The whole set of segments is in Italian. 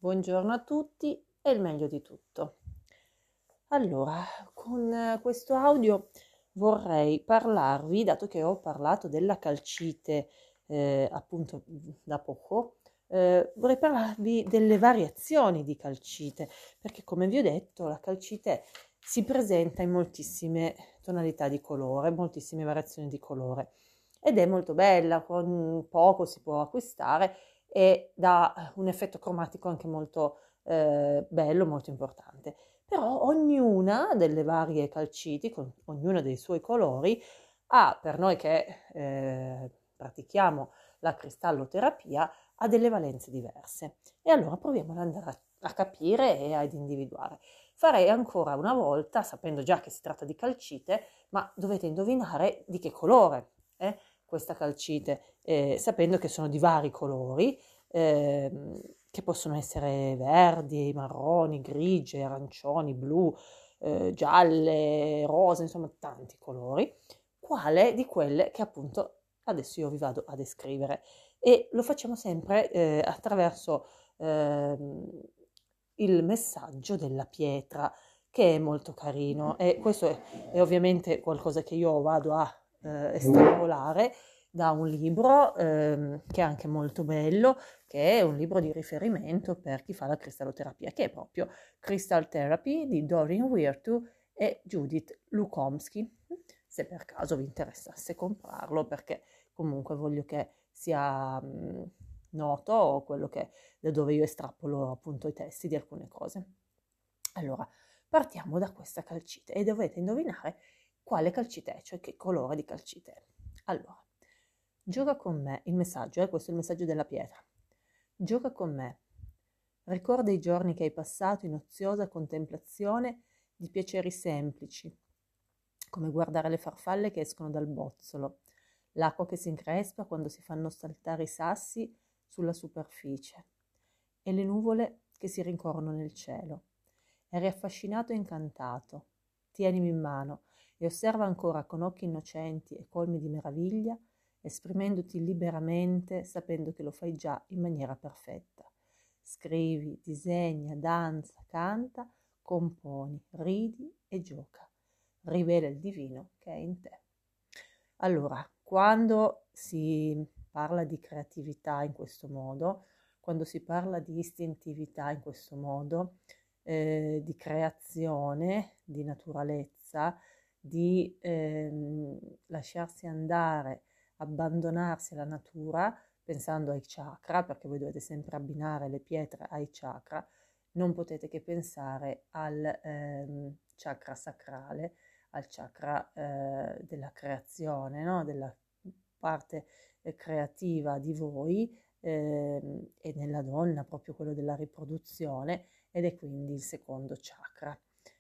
Buongiorno a tutti e il meglio di tutto. Allora, con questo audio vorrei parlarvi, dato che ho parlato della calcite appunto da poco, vorrei parlarvi delle variazioni di calcite, perché come vi ho detto la calcite si presenta in moltissime tonalità di colore, moltissime variazioni di colore ed è molto bella, con poco si può acquistare e dà un effetto cromatico anche molto bello, molto importante. Però ognuna delle varie calciti, con ognuno dei suoi colori, ha per noi che pratichiamo la cristalloterapia, ha delle valenze diverse. E allora proviamo ad andare a capire e ad individuare. Farei ancora una volta, sapendo già che si tratta di calcite, ma dovete indovinare di che colore è questa calcite, sapendo che sono di vari colori, che possono essere verdi, marroni, grigie, arancioni, blu, gialle, rose, insomma tanti colori, quale di quelle che appunto adesso io vi vado a descrivere. E lo facciamo sempre attraverso ehm, il messaggio della pietra, che è molto carino e questo è ovviamente qualcosa che io vado a estrapolare da un libro che è anche molto bello, che è un libro di riferimento per chi fa la cristalloterapia, che è proprio Crystal Therapy di Doreen Virtue e Judith Lukomsky, se per caso vi interessasse comprarlo, perché comunque voglio che sia noto quello che, da dove io estrapolo appunto i testi di alcune cose. Allora, partiamo da questa calcite e dovete indovinare quale calcite è, cioè che colore di calcite è. Allora, gioca con me, il messaggio, questo è il messaggio della pietra. Gioca con me, ricorda i giorni che hai passato in oziosa contemplazione di piaceri semplici, come guardare le farfalle che escono dal bozzolo, l'acqua che si increspa quando si fanno saltare i sassi sulla superficie e le nuvole che si rincorrono nel cielo. Eri affascinato e incantato. Tienimi in mano e osserva ancora con occhi innocenti e colmi di meraviglia, esprimendoti liberamente, sapendo che lo fai già in maniera perfetta. Scrivi, disegna, danza, canta, componi, ridi e gioca. Rivela il divino che è in te. Allora, quando si parla di creatività in questo modo, quando si parla di istintività in questo modo, di creazione, di naturalezza, di lasciarsi andare, abbandonarsi alla natura, pensando ai chakra, perché voi dovete sempre abbinare le pietre ai chakra, non potete che pensare al chakra sacrale, al chakra della creazione, no? Della parte creativa di voi e nella donna proprio quello della riproduzione ed è quindi il secondo chakra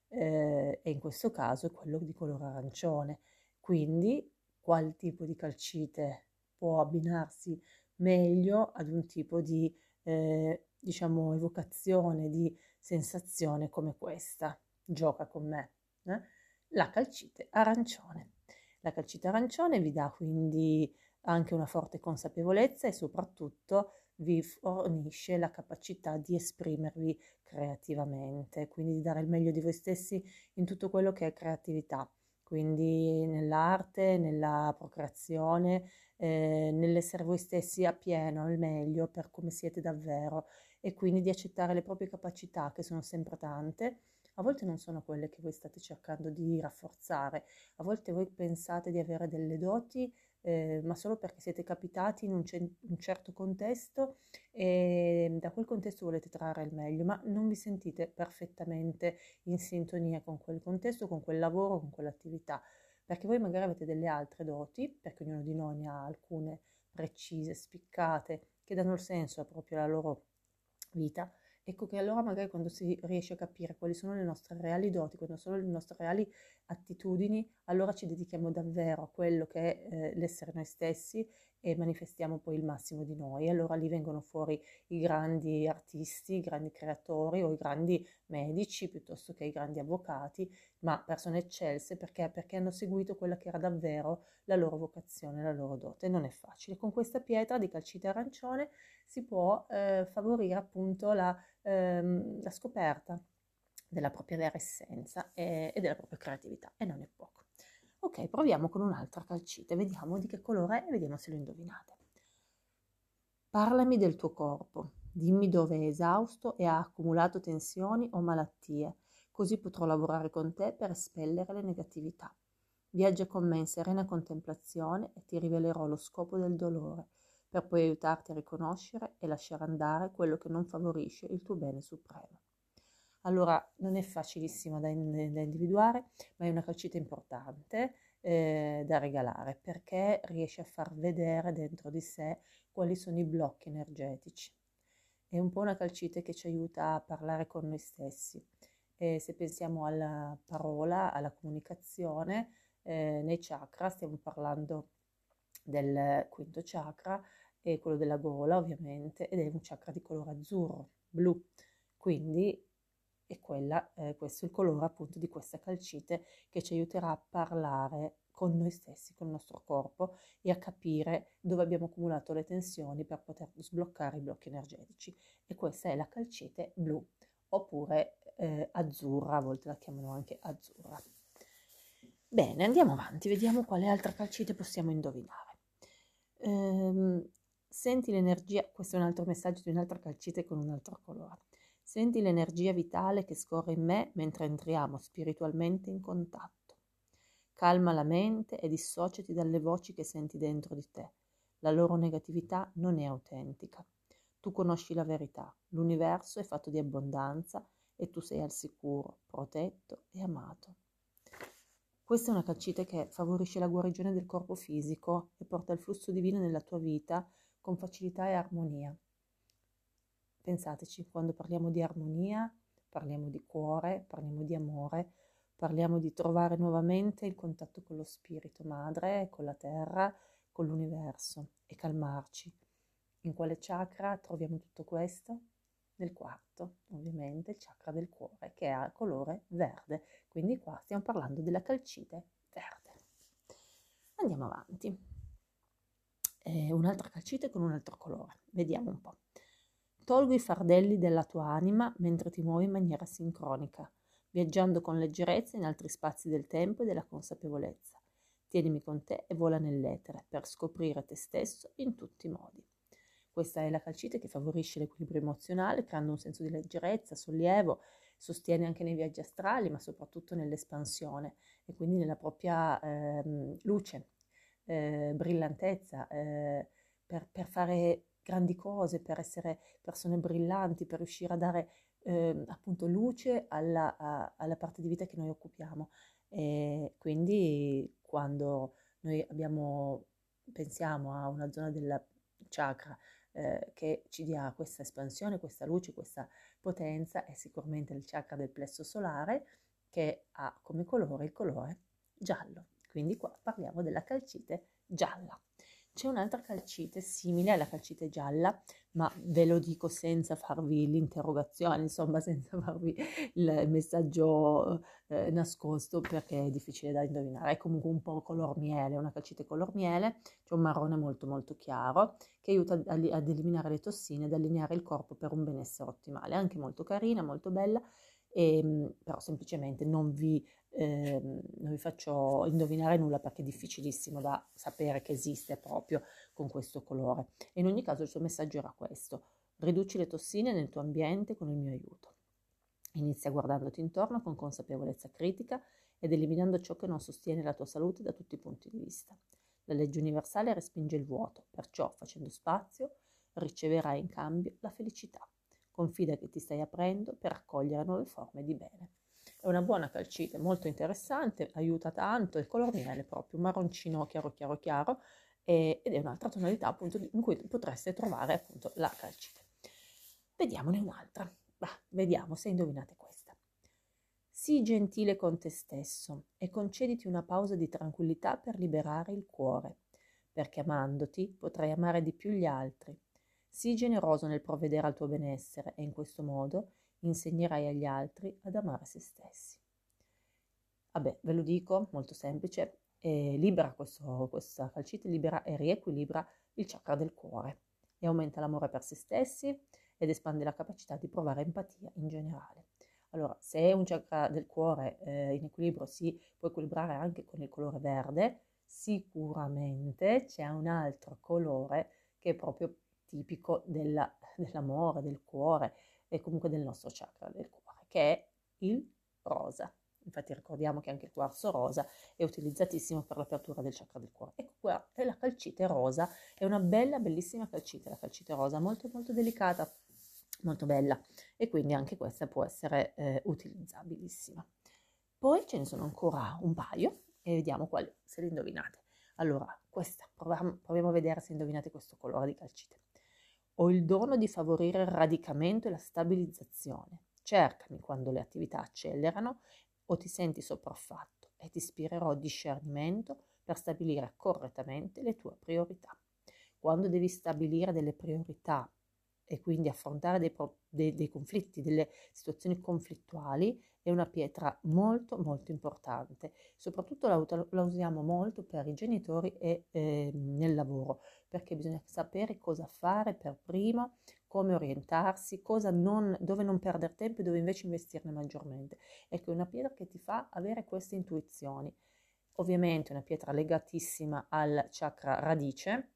e in questo caso è quello di colore arancione. Quindi qual tipo di calcite può abbinarsi meglio ad un tipo di diciamo evocazione di sensazione come questa? Gioca con me. Eh? La calcite arancione. La calcite arancione vi dà quindi anche una forte consapevolezza e soprattutto vi fornisce la capacità di esprimervi creativamente, quindi di dare il meglio di voi stessi in tutto quello che è creatività, quindi nell'arte, nella procreazione, nell'essere voi stessi a pieno, al meglio per come siete davvero e quindi di accettare le proprie capacità che sono sempre tante. A volte non sono quelle che voi state cercando di rafforzare, a volte voi pensate di avere delle doti, ma solo perché siete capitati in un certo contesto e da quel contesto volete trarre il meglio, ma non vi sentite perfettamente in sintonia con quel contesto, con quel lavoro, con quell'attività, perché voi magari avete delle altre doti, perché ognuno di noi ne ha alcune precise, spiccate, che danno il senso proprio alla loro vita. Ecco che allora magari quando si riesce a capire quali sono le nostre reali doti, quali sono le nostre reali attitudini, allora ci dedichiamo davvero a quello che è l'essere noi stessi e manifestiamo poi il massimo di noi. Allora lì vengono fuori i grandi artisti, i grandi creatori o i grandi medici piuttosto che i grandi avvocati, ma persone eccelse perché hanno seguito quella che era davvero la loro vocazione, la loro dote. Non è facile. Con questa pietra di calcite arancione si può favorire appunto la scoperta della propria vera essenza e della propria creatività, e non è poco. Ok, proviamo con un'altra calcite, vediamo di che colore è e vediamo se lo indovinate. Parlami del tuo corpo, dimmi dove è esausto e ha accumulato tensioni o malattie, così potrò lavorare con te per espellere le negatività. Viaggia con me in serena contemplazione e ti rivelerò lo scopo del dolore, per poi aiutarti a riconoscere e lasciare andare quello che non favorisce il tuo bene supremo. Allora, non è facilissima da individuare, ma è una calcita importante da regalare perché riesce a far vedere dentro di sé quali sono i blocchi energetici. È un po' una calcita che ci aiuta a parlare con noi stessi. E se pensiamo alla parola, alla comunicazione, nei chakra stiamo parlando del quinto chakra, e quello della gola ovviamente, ed è un chakra di colore azzurro, blu. Quindi questo è il colore appunto di questa calcite che ci aiuterà a parlare con noi stessi, con il nostro corpo e a capire dove abbiamo accumulato le tensioni per poter sbloccare i blocchi energetici. E questa è la calcite blu, oppure azzurra, a volte la chiamano anche azzurra. Bene, andiamo avanti, vediamo quale altra calcite possiamo indovinare. Senti l'energia, questo è un altro messaggio di un'altra calcite con un altro colore. Senti l'energia vitale che scorre in me mentre entriamo spiritualmente in contatto. Calma la mente e dissociati dalle voci che senti dentro di te. La loro negatività non è autentica. Tu conosci la verità, l'universo è fatto di abbondanza e tu sei al sicuro, protetto e amato. Questa è una calcite che favorisce la guarigione del corpo fisico e porta il flusso divino nella tua vita con facilità e armonia. Pensateci, quando parliamo di armonia, parliamo di cuore, parliamo di amore, parliamo di trovare nuovamente il contatto con lo spirito madre, con la terra, con l'universo e calmarci. In quale chakra troviamo tutto questo? Nel quarto, ovviamente, il chakra del cuore, che ha colore verde. Quindi qua stiamo parlando della calcite verde. Andiamo avanti. Un'altra calcite con un altro colore. Vediamo un po'. Tolgo i fardelli della tua anima mentre ti muovi in maniera sincronica, viaggiando con leggerezza in altri spazi del tempo e della consapevolezza. Tienimi con te e vola nell'etere per scoprire te stesso in tutti i modi. Questa è la calcite che favorisce l'equilibrio emozionale, creando un senso di leggerezza, sollievo, sostiene anche nei viaggi astrali, ma soprattutto nell'espansione e quindi nella propria luce, brillantezza, per fare grandi cose, per essere persone brillanti, per riuscire a dare appunto luce alla parte di vita che noi occupiamo. E quindi quando noi pensiamo a una zona del chakra che ci dia questa espansione, questa luce, questa potenza, è sicuramente il chakra del plesso solare, che ha come colore il colore giallo. Quindi qua parliamo della calcite gialla. C'è un'altra calcite simile alla calcite gialla, ma ve lo dico senza farvi l'interrogazione, insomma senza farvi il messaggio nascosto, perché è difficile da indovinare. È comunque un po' color miele, una calcite color miele, c'è un marrone molto molto chiaro che aiuta ad eliminare le tossine, ad allineare il corpo per un benessere ottimale. È anche molto carina, molto bella, però semplicemente non vi faccio indovinare nulla perché è difficilissimo da sapere che esiste proprio con questo colore. E in ogni caso il suo messaggio era questo: riduci le tossine nel tuo ambiente con il mio aiuto. Inizia guardandoti intorno con consapevolezza critica ed eliminando ciò che non sostiene la tua salute da tutti i punti di vista. La legge universale respinge il vuoto, perciò facendo spazio riceverai in cambio la felicità. Confida che ti stai aprendo per accogliere nuove forme di bene. È una buona calcite, molto interessante, aiuta tanto, il color miele proprio, marroncino chiaro chiaro chiaro, ed è un'altra tonalità appunto in cui potreste trovare appunto la calcite. Vediamone un'altra, vediamo se indovinate questa. Sii gentile con te stesso e concediti una pausa di tranquillità per liberare il cuore. perché amandoti potrai amare di più gli altri. Sii generoso nel provvedere al tuo benessere e in questo modo insegnerai agli altri ad amare se stessi. Vabbè, ve lo dico, molto semplice, libera questa calcite, libera e riequilibra il chakra del cuore e aumenta l'amore per se stessi ed espande la capacità di provare empatia in generale. Allora, se un chakra del cuore in equilibrio si può equilibrare anche con il colore verde, sicuramente c'è un altro colore che è proprio tipico dell'amore, del cuore e comunque del nostro chakra del cuore, che è il rosa. Infatti ricordiamo che anche il quarzo rosa è utilizzatissimo per l'apertura del chakra del cuore. Ecco qua è la calcite rosa, è una bella, bellissima calcite, la calcite rosa, molto molto delicata, molto bella, e quindi anche questa può essere utilizzabilissima. Poi ce ne sono ancora un paio e vediamo quali, se le indovinate. Allora, questa, proviamo a vedere se indovinate questo colore di calcite. Ho il dono di favorire il radicamento e la stabilizzazione. Cercami quando le attività accelerano o ti senti sopraffatto e ti ispirerò discernimento per stabilire correttamente le tue priorità. Quando devi stabilire delle priorità e quindi affrontare dei conflitti, delle situazioni conflittuali, è una pietra molto molto importante. Soprattutto la usiamo molto per i genitori e nel lavoro, perché bisogna sapere cosa fare per primo, come orientarsi, dove non perdere tempo e dove invece investirne maggiormente. Ecco, è una pietra che ti fa avere queste intuizioni. Ovviamente è una pietra legatissima al chakra radice,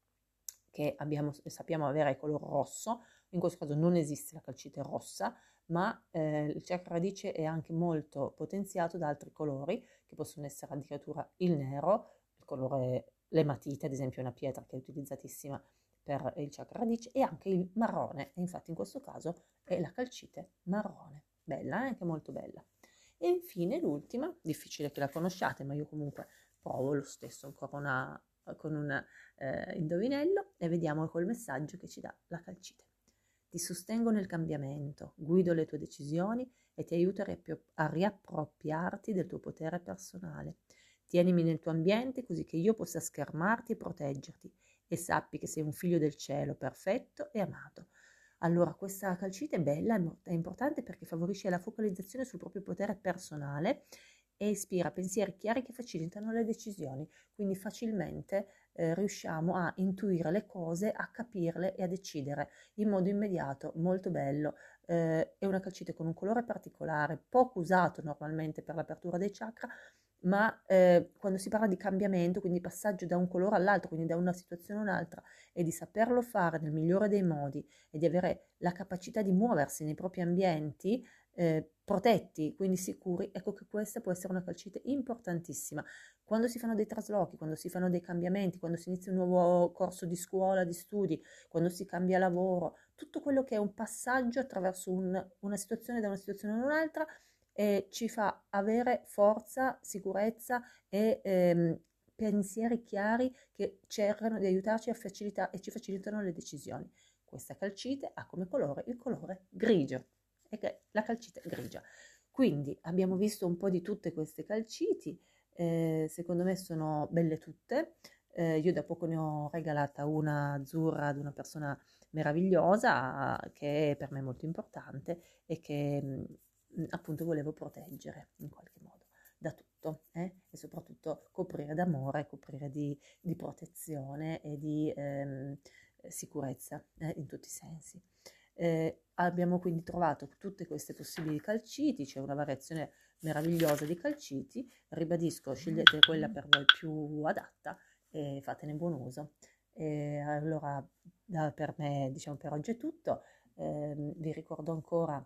che sappiamo avere color rosso. In questo caso non esiste la calcite rossa, ma il chakra radice è anche molto potenziato da altri colori, che possono essere addirittura il nero, il colore l'ematite, ad esempio, è una pietra che è utilizzatissima per il chakra radice, e anche il marrone, e infatti in questo caso è la calcite marrone. Bella, anche molto bella. E infine l'ultima, difficile che la conosciate, ma io comunque provo lo stesso ancora con un indovinello e vediamo col messaggio che ci dà la calcite. Ti sostengo nel cambiamento, guido le tue decisioni e ti aiuto a riappropriarti del tuo potere personale. Tienimi nel tuo ambiente così che io possa schermarti e proteggerti, e sappi che sei un figlio del cielo, perfetto e amato. Allora, questa calcite è bella, è importante perché favorisce la focalizzazione sul proprio potere personale e ispira pensieri chiari che facilitano le decisioni, quindi facilmente riusciamo a intuire le cose, a capirle e a decidere in modo immediato, molto bello. È una calcite con un colore particolare, poco usato normalmente per l'apertura dei chakra, ma quando si parla di cambiamento, quindi passaggio da un colore all'altro, quindi da una situazione a un'altra, e di saperlo fare nel migliore dei modi e di avere la capacità di muoversi nei propri ambienti protetti, quindi sicuri, ecco che questa può essere una calcite importantissima. Quando si fanno dei traslochi, quando si fanno dei cambiamenti, quando si inizia un nuovo corso di scuola, di studi, quando si cambia lavoro, tutto quello che è un passaggio attraverso una situazione da una situazione ad un'altra, ci fa avere forza, sicurezza e pensieri chiari che cercano di aiutarci e ci facilitano le decisioni. Questa calcite ha come colore il colore grigio, e che è la calcite grigia. Quindi abbiamo visto un po' di tutte queste calciti, secondo me sono belle tutte. Io da poco ne ho regalata una azzurra ad una persona meravigliosa che è per me molto importante e che appunto volevo proteggere in qualche modo da tutto, e soprattutto coprire d'amore, coprire di protezione e di sicurezza in tutti i sensi. Abbiamo quindi trovato tutte queste possibili calciti, c'è una variazione meravigliosa di calciti. Ribadisco, scegliete quella per voi più adatta e fatene buon uso. Allora, per me, diciamo, per oggi è tutto. Vi ricordo ancora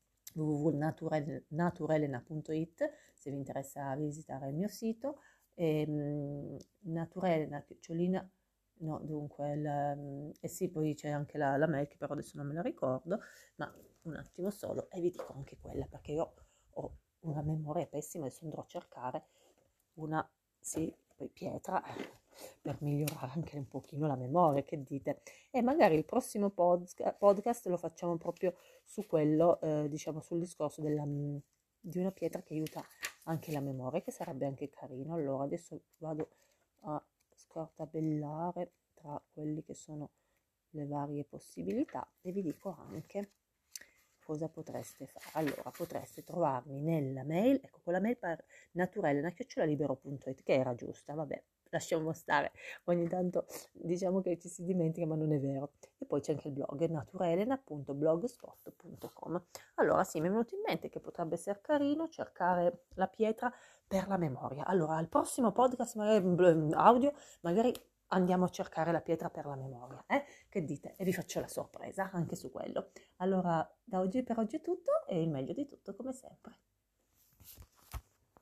www.naturelena.it se vi interessa visitare il mio sito, Naturelena, no, dunque, sì, poi c'è anche la mail che però adesso non me la ricordo, ma un attimo solo e vi dico anche quella, perché io ho una memoria pessima, adesso andrò a cercare una, sì, poi pietra, per migliorare anche un pochino la memoria, che dite? E magari il prossimo podcast lo facciamo proprio su quello, diciamo sul discorso di una pietra che aiuta anche la memoria, che sarebbe anche carino. Allora adesso vado a scartabellare tra quelli che sono le varie possibilità e vi dico anche cosa potreste fare. Allora, potreste trovarmi nella mail, ecco, con la mail per naturelle@libero.it, che era giusta, vabbè, lasciamo stare, ogni tanto diciamo che ci si dimentica, ma non è vero. E poi c'è anche il blog naturelena.blogspot.com. Allora sì, mi è venuto in mente che potrebbe essere carino cercare la pietra per la memoria. Allora, al prossimo podcast, magari audio, magari andiamo a cercare la pietra per la memoria, Che dite? E vi faccio la sorpresa anche su quello. Allora, da oggi per oggi è tutto e il meglio di tutto come sempre.